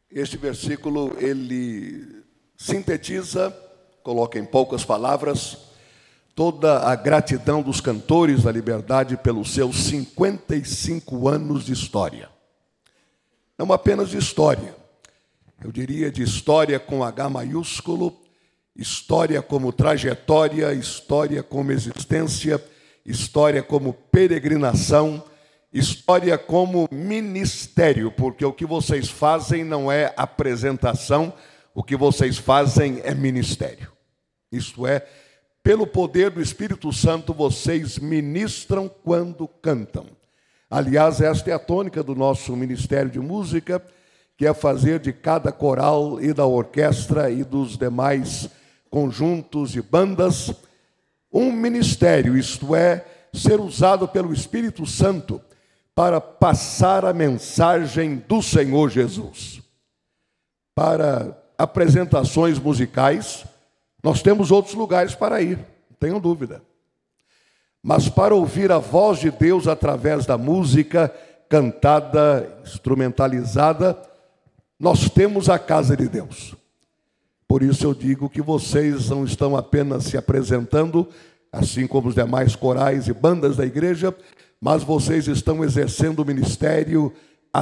Este versículo, ele sintetiza, coloca em poucas palavras, toda a gratidão dos cantores da Liberdade pelos seus 55 anos de história. Não apenas de história, eu diria de história com H maiúsculo, história como trajetória, história como existência, história como peregrinação, história como ministério, porque o que vocês fazem não é apresentação, o que vocês fazem é ministério. Isto é, pelo poder do Espírito Santo, vocês ministram quando cantam. Aliás, esta é a tônica do nosso Ministério de Música, que é fazer de cada coral e da orquestra e dos demais conjuntos e bandas um ministério, isto é, ser usado pelo Espírito Santo para passar a mensagem do Senhor Jesus. Para apresentações musicais, nós temos outros lugares para ir, não tenham dúvida. Mas para ouvir a voz de Deus através da música cantada, instrumentalizada, nós temos a casa de Deus. Por isso eu digo que vocês não estão apenas se apresentando, assim como os demais corais e bandas da igreja, mas vocês estão exercendo o ministério há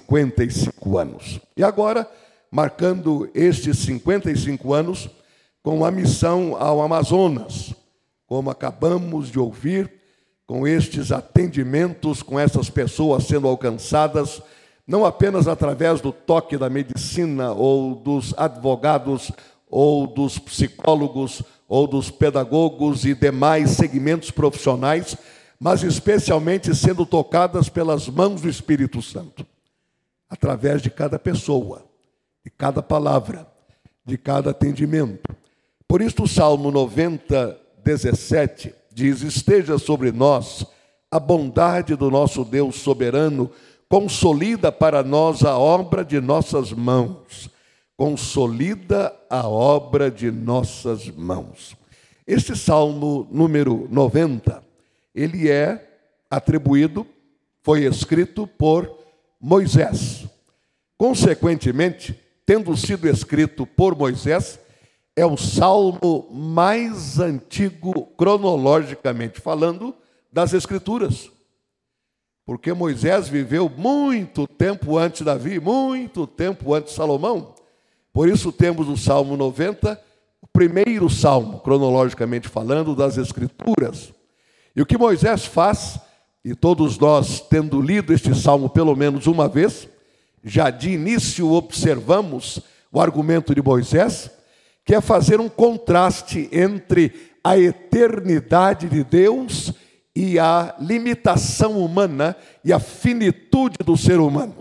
55 anos. E agora, marcando estes 55 anos, com a missão ao Amazonas, como acabamos de ouvir, com estes atendimentos, com essas pessoas sendo alcançadas, não apenas através do toque da medicina, ou dos advogados, ou dos psicólogos, ou dos pedagogos e demais segmentos profissionais, mas especialmente sendo tocadas pelas mãos do Espírito Santo, através de cada pessoa, de cada palavra, de cada atendimento. Por isso o Salmo 90, 17 diz: esteja sobre nós a bondade do nosso Deus soberano, consolida para nós a obra de nossas mãos. Consolida a obra de nossas mãos. Este Salmo número 90, ele é atribuído, foi escrito por Moisés. Consequentemente, tendo sido escrito por Moisés, é o salmo mais antigo, cronologicamente falando, das Escrituras. Porque Moisés viveu muito tempo antes de Davi, muito tempo antes de Salomão. Por isso temos o Salmo 90, o primeiro salmo, cronologicamente falando, das Escrituras. E o que Moisés faz, e todos nós, tendo lido este salmo pelo menos uma vez, já de início observamos o argumento de Moisés, que é fazer um contraste entre a eternidade de Deus e a limitação humana e a finitude do ser humano.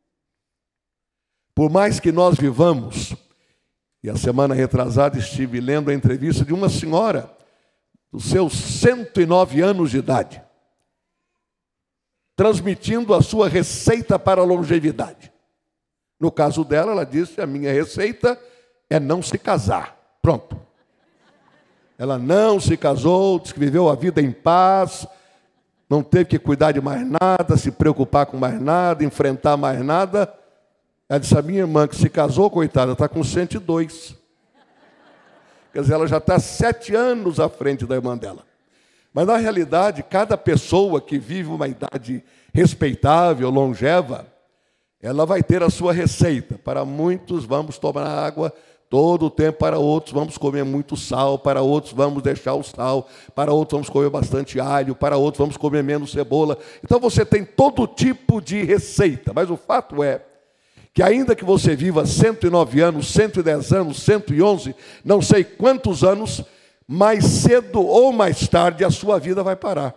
Por mais que nós vivamos, e a semana retrasada estive lendo a entrevista de uma senhora, dos seus 109 anos de idade, transmitindo a sua receita para a longevidade. No caso dela, ela disse: a minha receita é não se casar. Pronto. Ela não se casou, disse que viveu a vida em paz, não teve que cuidar de mais nada, se preocupar com mais nada, enfrentar mais nada. Ela disse: a minha irmã que se casou, coitada, está com 102. Quer dizer, ela já está 7 anos à frente da irmã dela. Mas, na realidade, cada pessoa que vive uma idade respeitável, longeva, ela vai ter a sua receita. Para muitos, vamos tomar água todo o tempo, para outros vamos comer muito sal, para outros vamos deixar o sal, para outros vamos comer bastante alho, para outros vamos comer menos cebola. Então você tem todo tipo de receita, mas o fato é que ainda que você viva 109 anos, 110 anos, 111, não sei quantos anos, mais cedo ou mais tarde a sua vida vai parar.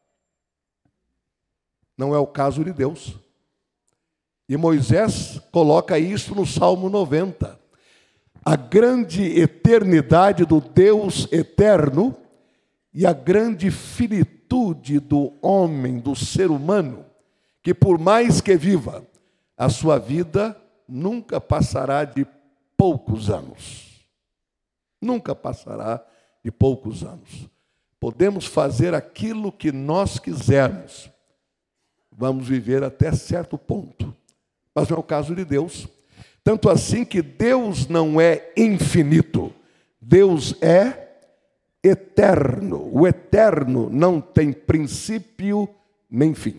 Não é o caso de Deus. E Moisés coloca isso no Salmo 90. A grande eternidade do Deus eterno e a grande finitude do homem, do ser humano, que por mais que viva, a sua vida nunca passará de poucos anos. Nunca passará de poucos anos. Podemos fazer aquilo que nós quisermos. Vamos viver até certo ponto. Mas não é o caso de Deus. Tanto assim que Deus não é infinito, Deus é eterno. O eterno não tem princípio nem fim.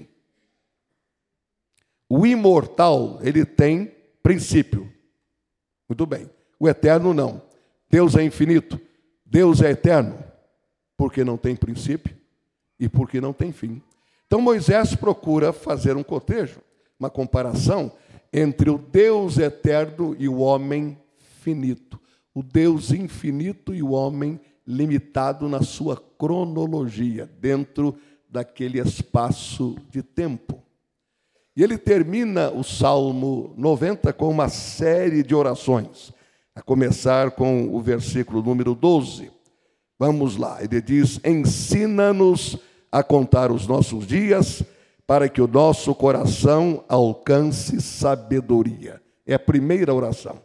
O imortal, ele tem princípio. Muito bem. O eterno não. Deus é infinito, Deus é eterno, porque não tem princípio e porque não tem fim. Então Moisés procura fazer um cotejo, uma comparação entre o Deus eterno e o homem finito. O Deus infinito e o homem limitado na sua cronologia, dentro daquele espaço de tempo. E ele termina o Salmo 90 com uma série de orações, a começar com o versículo número 12. Vamos lá, ele diz: ensina-nos a contar os nossos dias, para que o nosso coração alcance sabedoria. É a primeira oração.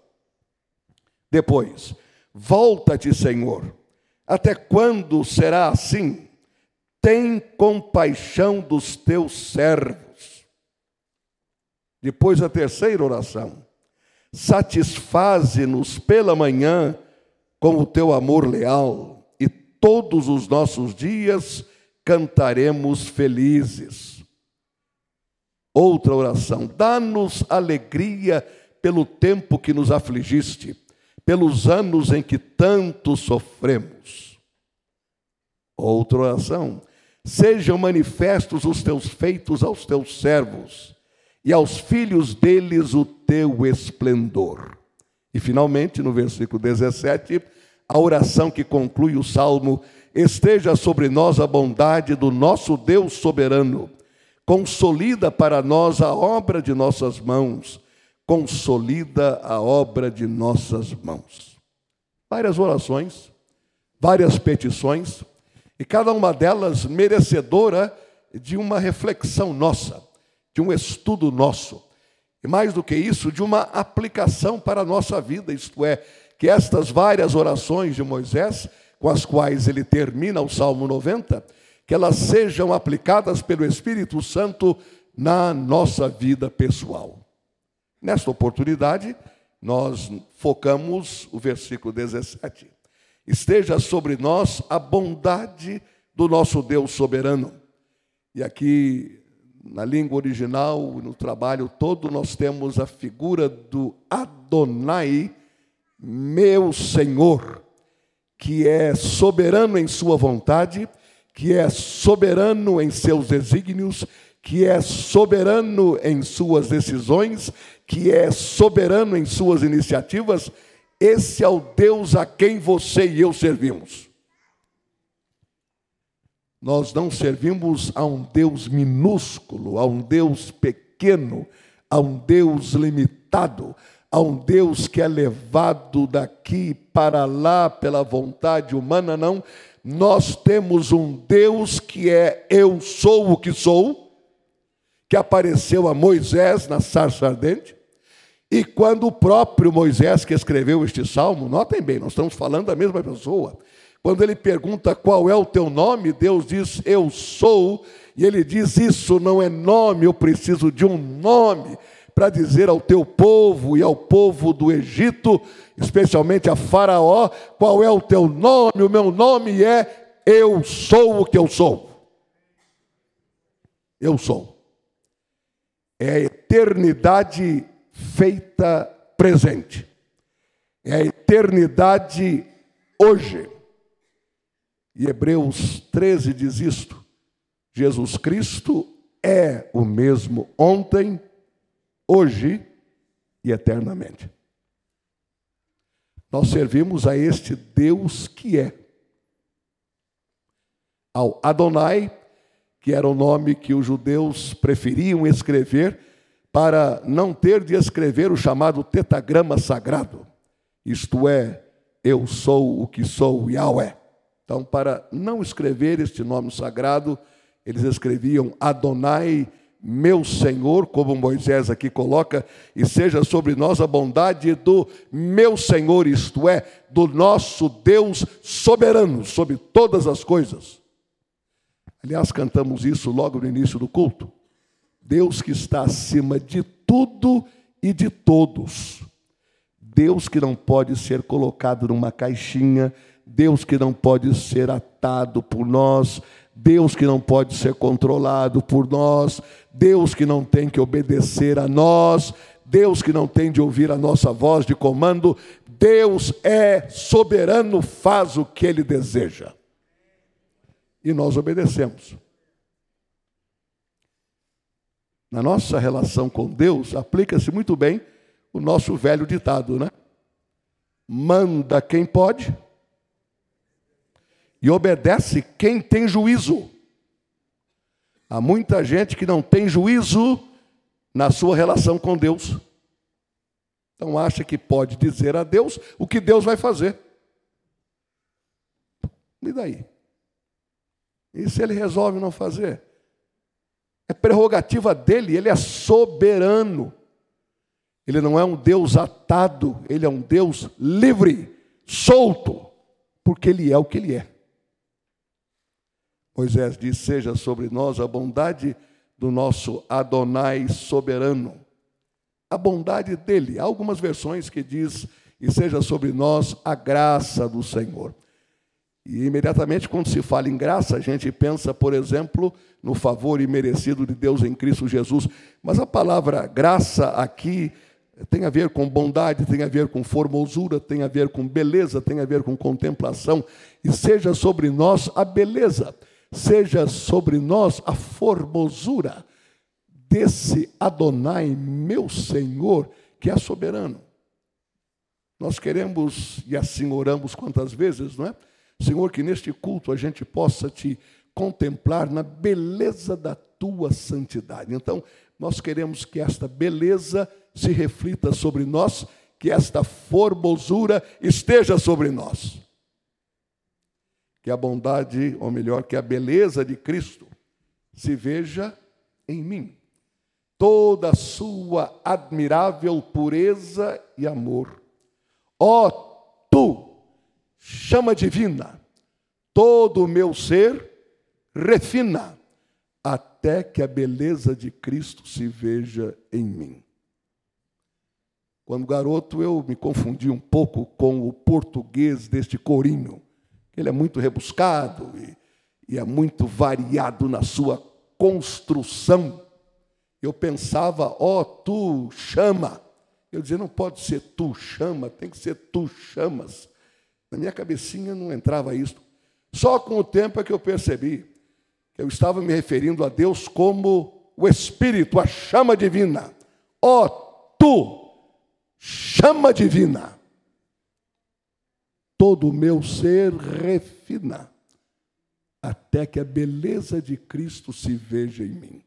Depois, volta-te, Senhor. Até quando será assim? Tem compaixão dos teus servos. Depois, a terceira oração. Satisfaze-nos pela manhã com o teu amor leal, e todos os nossos dias cantaremos felizes. Outra oração. Dá-nos alegria pelo tempo que nos afligiste, pelos anos em que tanto sofremos. Outra oração. Sejam manifestos os teus feitos aos teus servos, e aos filhos deles o teu esplendor. E finalmente, no versículo 17, a oração que conclui o Salmo: esteja sobre nós a bondade do nosso Deus soberano, consolida para nós a obra de nossas mãos, consolida a obra de nossas mãos. Várias orações, várias petições, e cada uma delas merecedora de uma reflexão nossa, de um estudo nosso, e mais do que isso, de uma aplicação para a nossa vida, isto é, que estas várias orações de Moisés, com as quais ele termina o Salmo 90, que elas sejam aplicadas pelo Espírito Santo na nossa vida pessoal. Nesta oportunidade, nós focamos o versículo 17. Esteja sobre nós a bondade do nosso Deus soberano. E aqui, na língua original, no trabalho todo, nós temos a figura do Adonai, meu Senhor, que é soberano em sua vontade, que é soberano em seus desígnios, que é soberano em suas decisões, que é soberano em suas iniciativas. Esse é o Deus a quem você e eu servimos. Nós não servimos a um Deus minúsculo, a um Deus pequeno, a um Deus limitado, a um Deus que é levado daqui para lá pela vontade humana, não. Nós temos um Deus que é eu sou o que sou, que apareceu a Moisés na sarça ardente, e quando o próprio Moisés que escreveu este salmo, notem bem, nós estamos falando da mesma pessoa, quando ele pergunta qual é o teu nome, Deus diz eu sou, e ele diz isso não é nome, eu preciso de um nome para dizer ao teu povo e ao povo do Egito, especialmente a Faraó, qual é o teu nome? O meu nome é eu sou o que eu sou. Eu sou. É a eternidade feita presente. É a eternidade hoje. E Hebreus 13 diz isto: Jesus Cristo é o mesmo ontem, hoje e eternamente. Nós servimos a este Deus que é. Ao Adonai, que era o nome que os judeus preferiam escrever para não ter de escrever o chamado tetagrama sagrado. Isto é, eu sou o que sou, Yahweh. Então, para não escrever este nome sagrado, eles escreviam Adonai, meu Senhor, como Moisés aqui coloca, e seja sobre nós a bondade do meu Senhor, isto é, do nosso Deus soberano sobre todas as coisas. Aliás, cantamos isso logo no início do culto. Deus que está acima de tudo e de todos. Deus que não pode ser colocado numa caixinha, Deus que não pode ser atado por nós, Deus que não pode ser controlado por nós, Deus que não tem que obedecer a nós, Deus que não tem de ouvir a nossa voz de comando. Deus é soberano, faz o que Ele deseja. E nós obedecemos. Na nossa relação com Deus, aplica-se muito bem o nosso velho ditado, né? Manda quem pode e obedece quem tem juízo. Há muita gente que não tem juízo na sua relação com Deus. Então acha que pode dizer a Deus o que Deus vai fazer. E daí? E se Ele resolve não fazer? É prerrogativa dele, Ele é soberano. Ele não é um Deus atado, Ele é um Deus livre, solto, porque Ele é o que Ele é. Moisés diz: seja sobre nós a bondade do nosso Adonai soberano. A bondade dele. Há algumas versões que diz: e seja sobre nós a graça do Senhor. E imediatamente quando se fala em graça, a gente pensa, por exemplo, no favor imerecido de Deus em Cristo Jesus. Mas a palavra graça aqui tem a ver com bondade, tem a ver com formosura, tem a ver com beleza, tem a ver com contemplação. E seja sobre nós a beleza, seja sobre nós a formosura desse Adonai, meu Senhor, que é soberano. Nós queremos, e assim oramos quantas vezes, não é? Senhor, que neste culto a gente possa te contemplar na beleza da tua santidade. Então, nós queremos que esta beleza se reflita sobre nós, que esta formosura esteja sobre nós. Que a bondade, ou melhor, que a beleza de Cristo se veja em mim. Toda a sua admirável pureza e amor. Ó tu, chama divina, todo o meu ser refina, até que a beleza de Cristo se veja em mim. Quando garoto, eu me confundi um pouco com o português deste corinho. Ele é muito rebuscado e é muito variado na sua construção. Eu pensava: ó, tu chama. Eu dizia: não pode ser tu chama, tem que ser tu chamas. Na minha cabecinha não entrava isso. Só com o tempo é que eu percebi que eu estava me referindo a Deus como o Espírito, a chama divina. Ó, tu, chama divina. Todo o meu ser refina, até que a beleza de Cristo se veja em mim.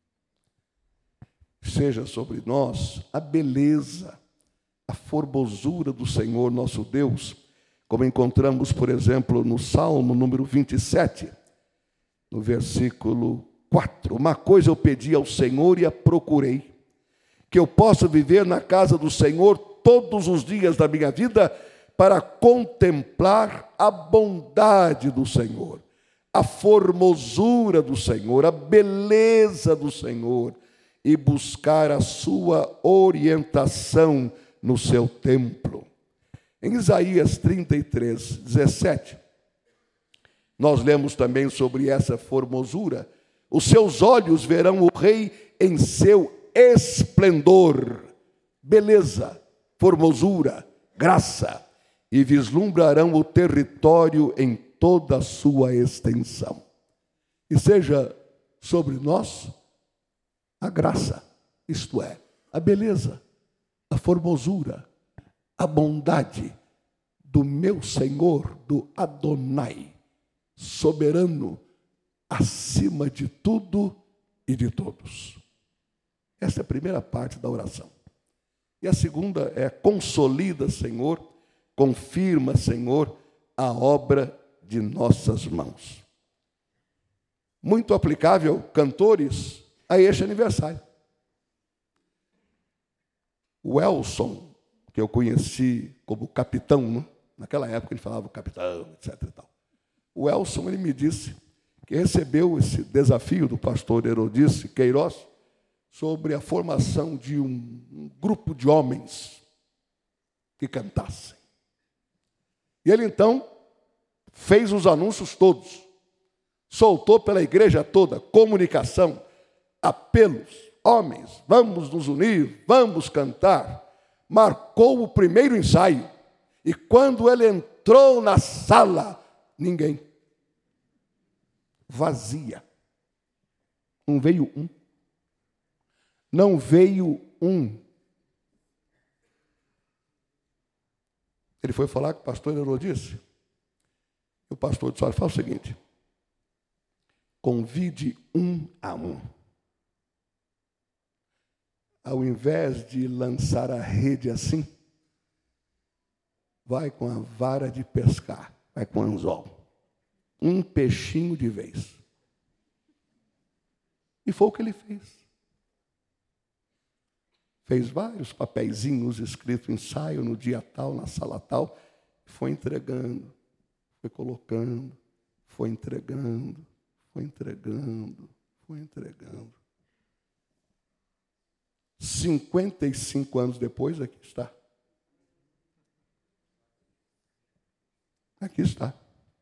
Seja sobre nós a beleza, a formosura do Senhor nosso Deus, como encontramos, por exemplo, no Salmo número 27, no versículo 4. Uma coisa eu pedi ao Senhor e a procurei, que eu possa viver na casa do Senhor todos os dias da minha vida, para contemplar a bondade do Senhor, a formosura do Senhor, a beleza do Senhor, e buscar a sua orientação no seu templo. Em Isaías 33, 17, nós lemos também sobre essa formosura. Os seus olhos verão o Rei em seu esplendor, beleza, formosura, graça, e vislumbrarão o território em toda a sua extensão. E seja sobre nós a graça, isto é, a beleza, a formosura, a bondade do meu Senhor, do Adonai, soberano, acima de tudo e de todos. Essa é a primeira parte da oração. E a segunda é: consolida, Senhor, confirma, Senhor, a obra de nossas mãos. Muito aplicável, cantores, a este aniversário. O Elson, que eu conheci como capitão, né? Naquela época ele falava capitão, etc. E tal. O Elson, ele me disse que recebeu esse desafio do pastor Herodice Queiroz sobre a formação de um grupo de homens que cantassem. E ele então fez os anúncios todos, soltou pela igreja toda, comunicação, apelos, homens, vamos nos unir, vamos cantar. Marcou o primeiro ensaio, e quando ele entrou na sala, ninguém. Vazia. Não veio um. Não veio um. Ele foi falar com o pastor Herodice. O pastor disse: olha, faz o seguinte, convide um a um. Ao invés de lançar a rede assim, vai com a vara de pescar, vai com anzol. Um peixinho de vez. E foi o que ele fez. Fez vários papeizinhos escritos ensaio no dia tal, na sala tal, foi entregando, foi colocando, foi entregando, foi entregando, foi entregando. 55 anos depois, aqui está. Aqui está.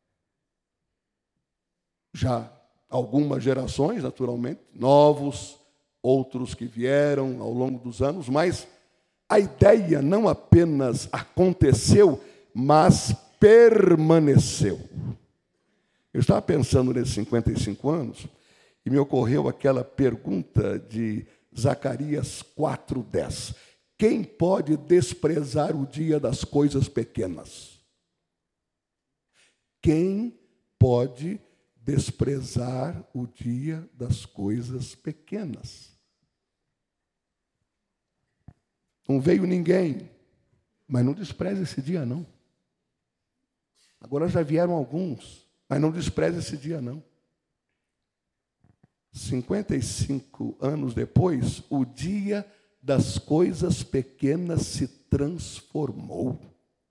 Já algumas gerações, naturalmente, novos, outros que vieram ao longo dos anos, mas a ideia não apenas aconteceu, mas permaneceu. Eu estava pensando nesses 55 anos e me ocorreu aquela pergunta de Zacarias 4:10. Quem pode desprezar o dia das coisas pequenas? Quem pode desprezar o dia das coisas pequenas? Não veio ninguém, mas não despreze esse dia, não. Agora já vieram alguns, mas não despreze esse dia, não. 55 anos depois, o dia das coisas pequenas se transformou.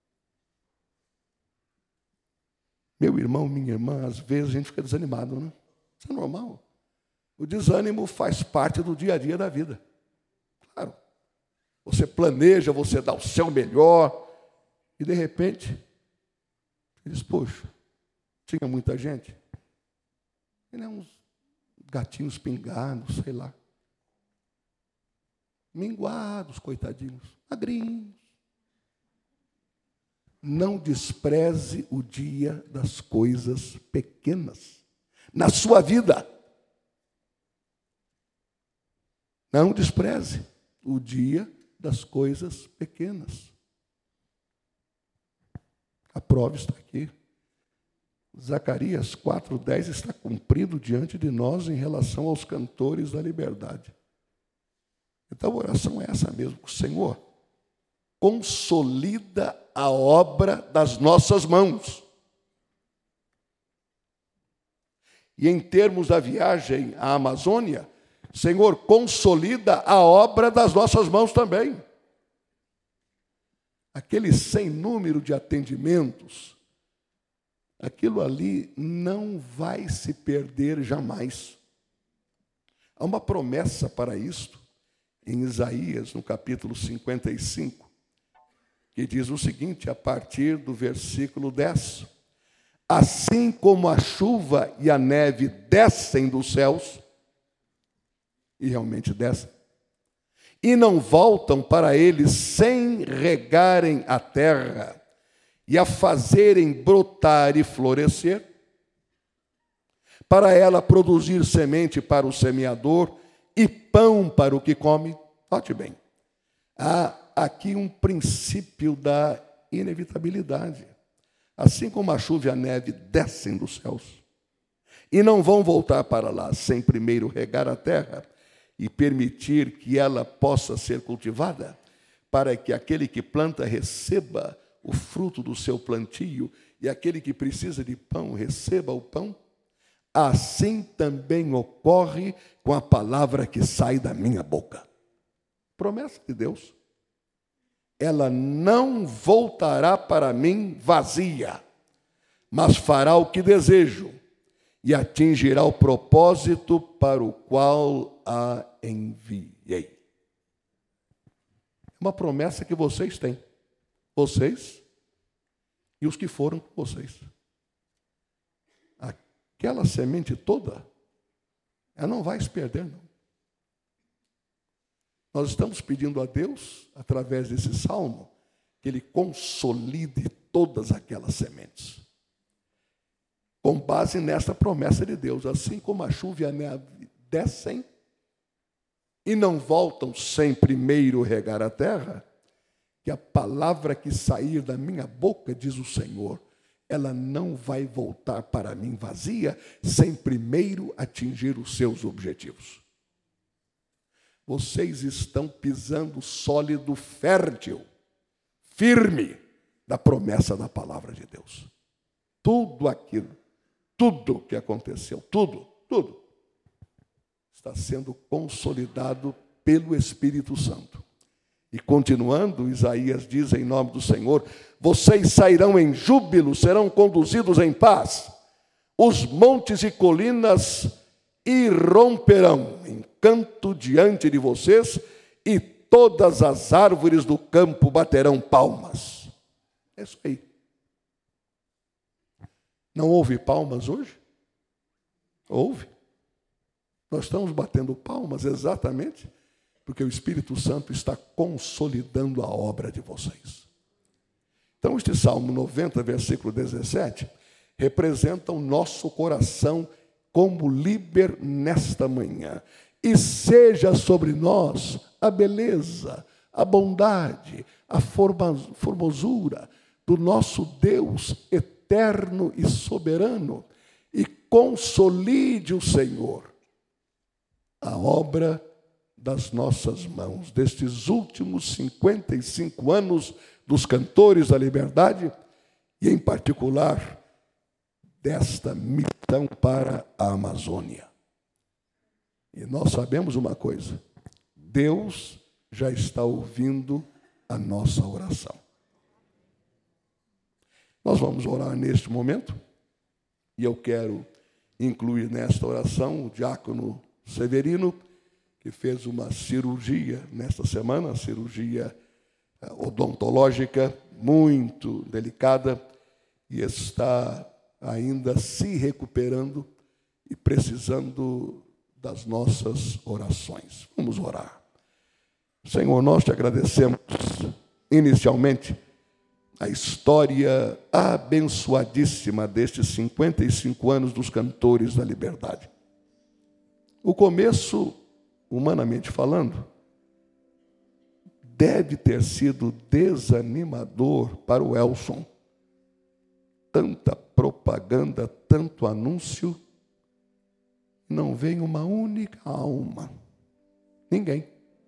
Meu irmão, minha irmã, às vezes a gente fica desanimado, né? Isso é normal. O desânimo faz parte do dia a dia da vida. Claro. Você planeja, você dá o seu melhor, e de repente, você diz, poxa, tinha muita gente. E uns gatinhos pingados, sei lá. Minguados, coitadinhos, magrinhos. Não despreze o dia das coisas pequenas na sua vida. Não despreze o dia das coisas pequenas. A prova está aqui. Zacarias 4:10 está cumprido diante de nós em relação aos cantores da liberdade. Então a oração é essa mesmo. Senhor, consolida a obra das nossas mãos. E em termos da viagem à Amazônia, Senhor, consolida a obra das nossas mãos também. Aquele sem número de atendimentos, aquilo ali não vai se perder jamais. Há uma promessa para isto em Isaías, no capítulo 55, que diz o seguinte, a partir do versículo 10. Assim como a chuva e a neve descem dos céus, e realmente descem, e não voltam para eles sem regarem a terra e a fazerem brotar e florescer, para ela produzir semente para o semeador e pão para o que come. Note bem, há aqui um princípio da inevitabilidade. Assim como a chuva e a neve descem dos céus e não vão voltar para lá sem primeiro regar a terra e permitir que ela possa ser cultivada, para que aquele que planta receba o fruto do seu plantio e aquele que precisa de pão receba o pão, assim também ocorre com a palavra que sai da minha boca. Promessa de Deus. Ela não voltará para mim vazia, mas fará o que desejo e atingirá o propósito para o qual a enviei. É uma promessa que vocês têm. vocês e os que foram com vocês. Aquela semente toda, ela não vai se perder, não. Nós estamos pedindo a Deus, através desse salmo, que Ele consolide todas aquelas sementes. Com base nesta promessa de Deus, assim como a chuva e a neve descem e não voltam sem primeiro regar a terra, que a palavra que sair da minha boca, diz o Senhor, ela não vai voltar para mim vazia, sem primeiro atingir os seus objetivos. Vocês estão pisando sólido, fértil, firme, da promessa da palavra de Deus. Tudo aquilo, tudo que aconteceu, tudo, está sendo consolidado pelo Espírito Santo. E continuando, Isaías diz em nome do Senhor: vocês sairão em júbilo, serão conduzidos em paz. Os montes e colinas irromperão em canto diante de vocês, e todas as árvores do campo baterão palmas. É isso aí. Não houve palmas hoje? Houve. Nós estamos batendo palmas exatamente porque o Espírito Santo está consolidando a obra de vocês. Então, este Salmo 90, versículo 17, representa o nosso coração como líber nesta manhã. E seja sobre nós a beleza, a bondade, a formosura do nosso Deus eterno e soberano, e consolide o Senhor a obra das nossas mãos, destes últimos 55 anos dos Cantores da Liberdade, e em particular desta missão para a Amazônia. E nós sabemos uma coisa: Deus já está ouvindo a nossa oração. Nós vamos orar neste momento, e eu quero incluir nesta oração o diácono Severino, que fez uma cirurgia nesta semana, cirurgia odontológica muito delicada, e está ainda se recuperando e precisando das nossas orações. Vamos orar. Senhor, nós te agradecemos inicialmente a história abençoadíssima destes 55 anos dos Cantores da Liberdade. O começo, humanamente falando, deve ter sido desanimador para o Elson. Tanta propaganda, tanto anúncio, não vem uma única alma. Ninguém.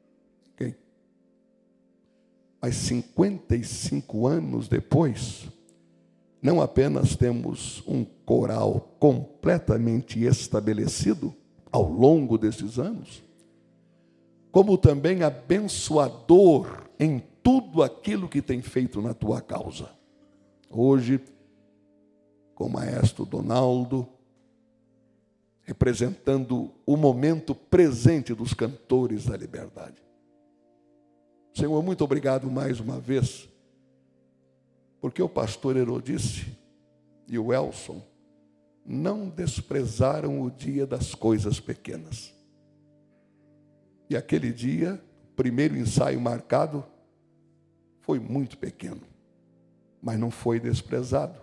Mas 55 anos depois, não apenas temos um coral completamente estabelecido ao longo desses anos, como também abençoador em tudo aquilo que tem feito na tua causa. Hoje, com o maestro Donaldo, representando o momento presente dos Cantores da Liberdade. Senhor, muito obrigado mais uma vez, porque o pastor Herodice e o Elson não desprezaram o dia das coisas pequenas. E aquele dia, o primeiro ensaio marcado, foi muito pequeno, mas não foi desprezado.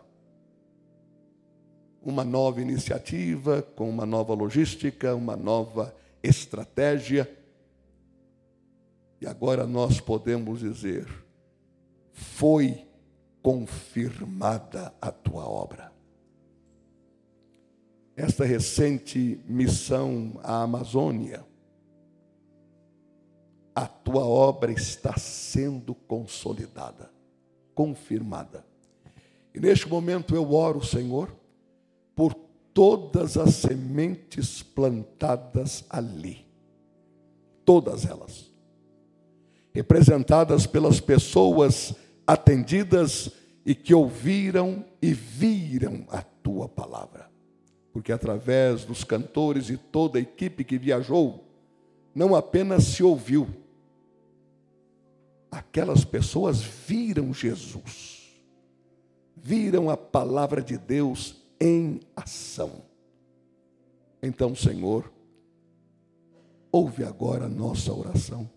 Uma nova iniciativa, com uma nova logística, uma nova estratégia. E agora nós podemos dizer: foi confirmada a tua obra. Esta recente missão à Amazônia, a tua obra está sendo consolidada, confirmada. E neste momento eu oro, Senhor, por todas as sementes plantadas ali, todas elas, representadas pelas pessoas atendidas e que ouviram e viram a tua palavra. Porque através dos cantores e toda a equipe que viajou, não apenas se ouviu, aquelas pessoas viram Jesus, viram a palavra de Deus em ação. Então, Senhor, ouve agora a nossa oração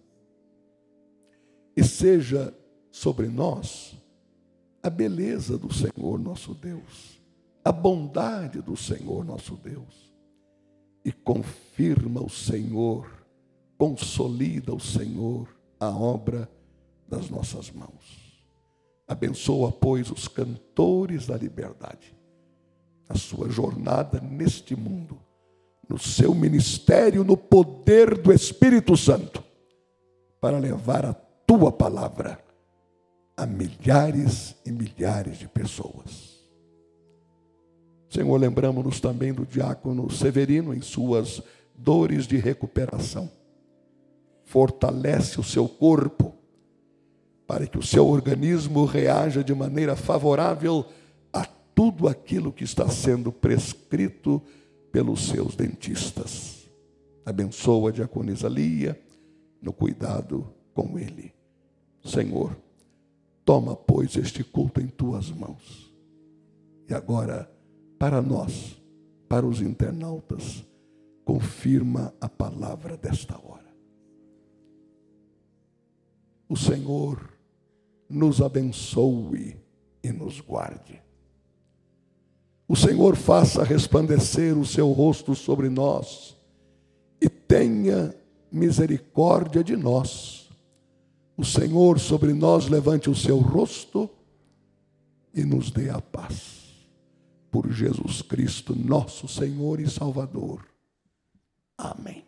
e seja sobre nós a beleza do Senhor nosso Deus, a bondade do Senhor nosso Deus, e confirma o Senhor, consolida o Senhor a obra das nossas mãos. Abençoa, pois, os cantores da liberdade, a sua jornada neste mundo, no seu ministério, no poder do Espírito Santo, para levar a tua palavra a milhares e milhares de pessoas. Senhor, lembramos-nos também do diácono Severino em suas dores de recuperação. Fortalece o seu corpo para que o seu organismo reaja de maneira favorável a tudo aquilo que está sendo prescrito pelos seus dentistas. Abençoa a diaconisa Lia no cuidado com ele. Senhor, toma, pois, este culto em tuas mãos. E agora, para nós, para os internautas, confirma a palavra desta hora. O Senhor nos abençoe e nos guarde. O Senhor faça resplandecer o seu rosto sobre nós e tenha misericórdia de nós. O Senhor sobre nós levante o seu rosto e nos dê a paz. Por Jesus Cristo, nosso Senhor e Salvador. Amém.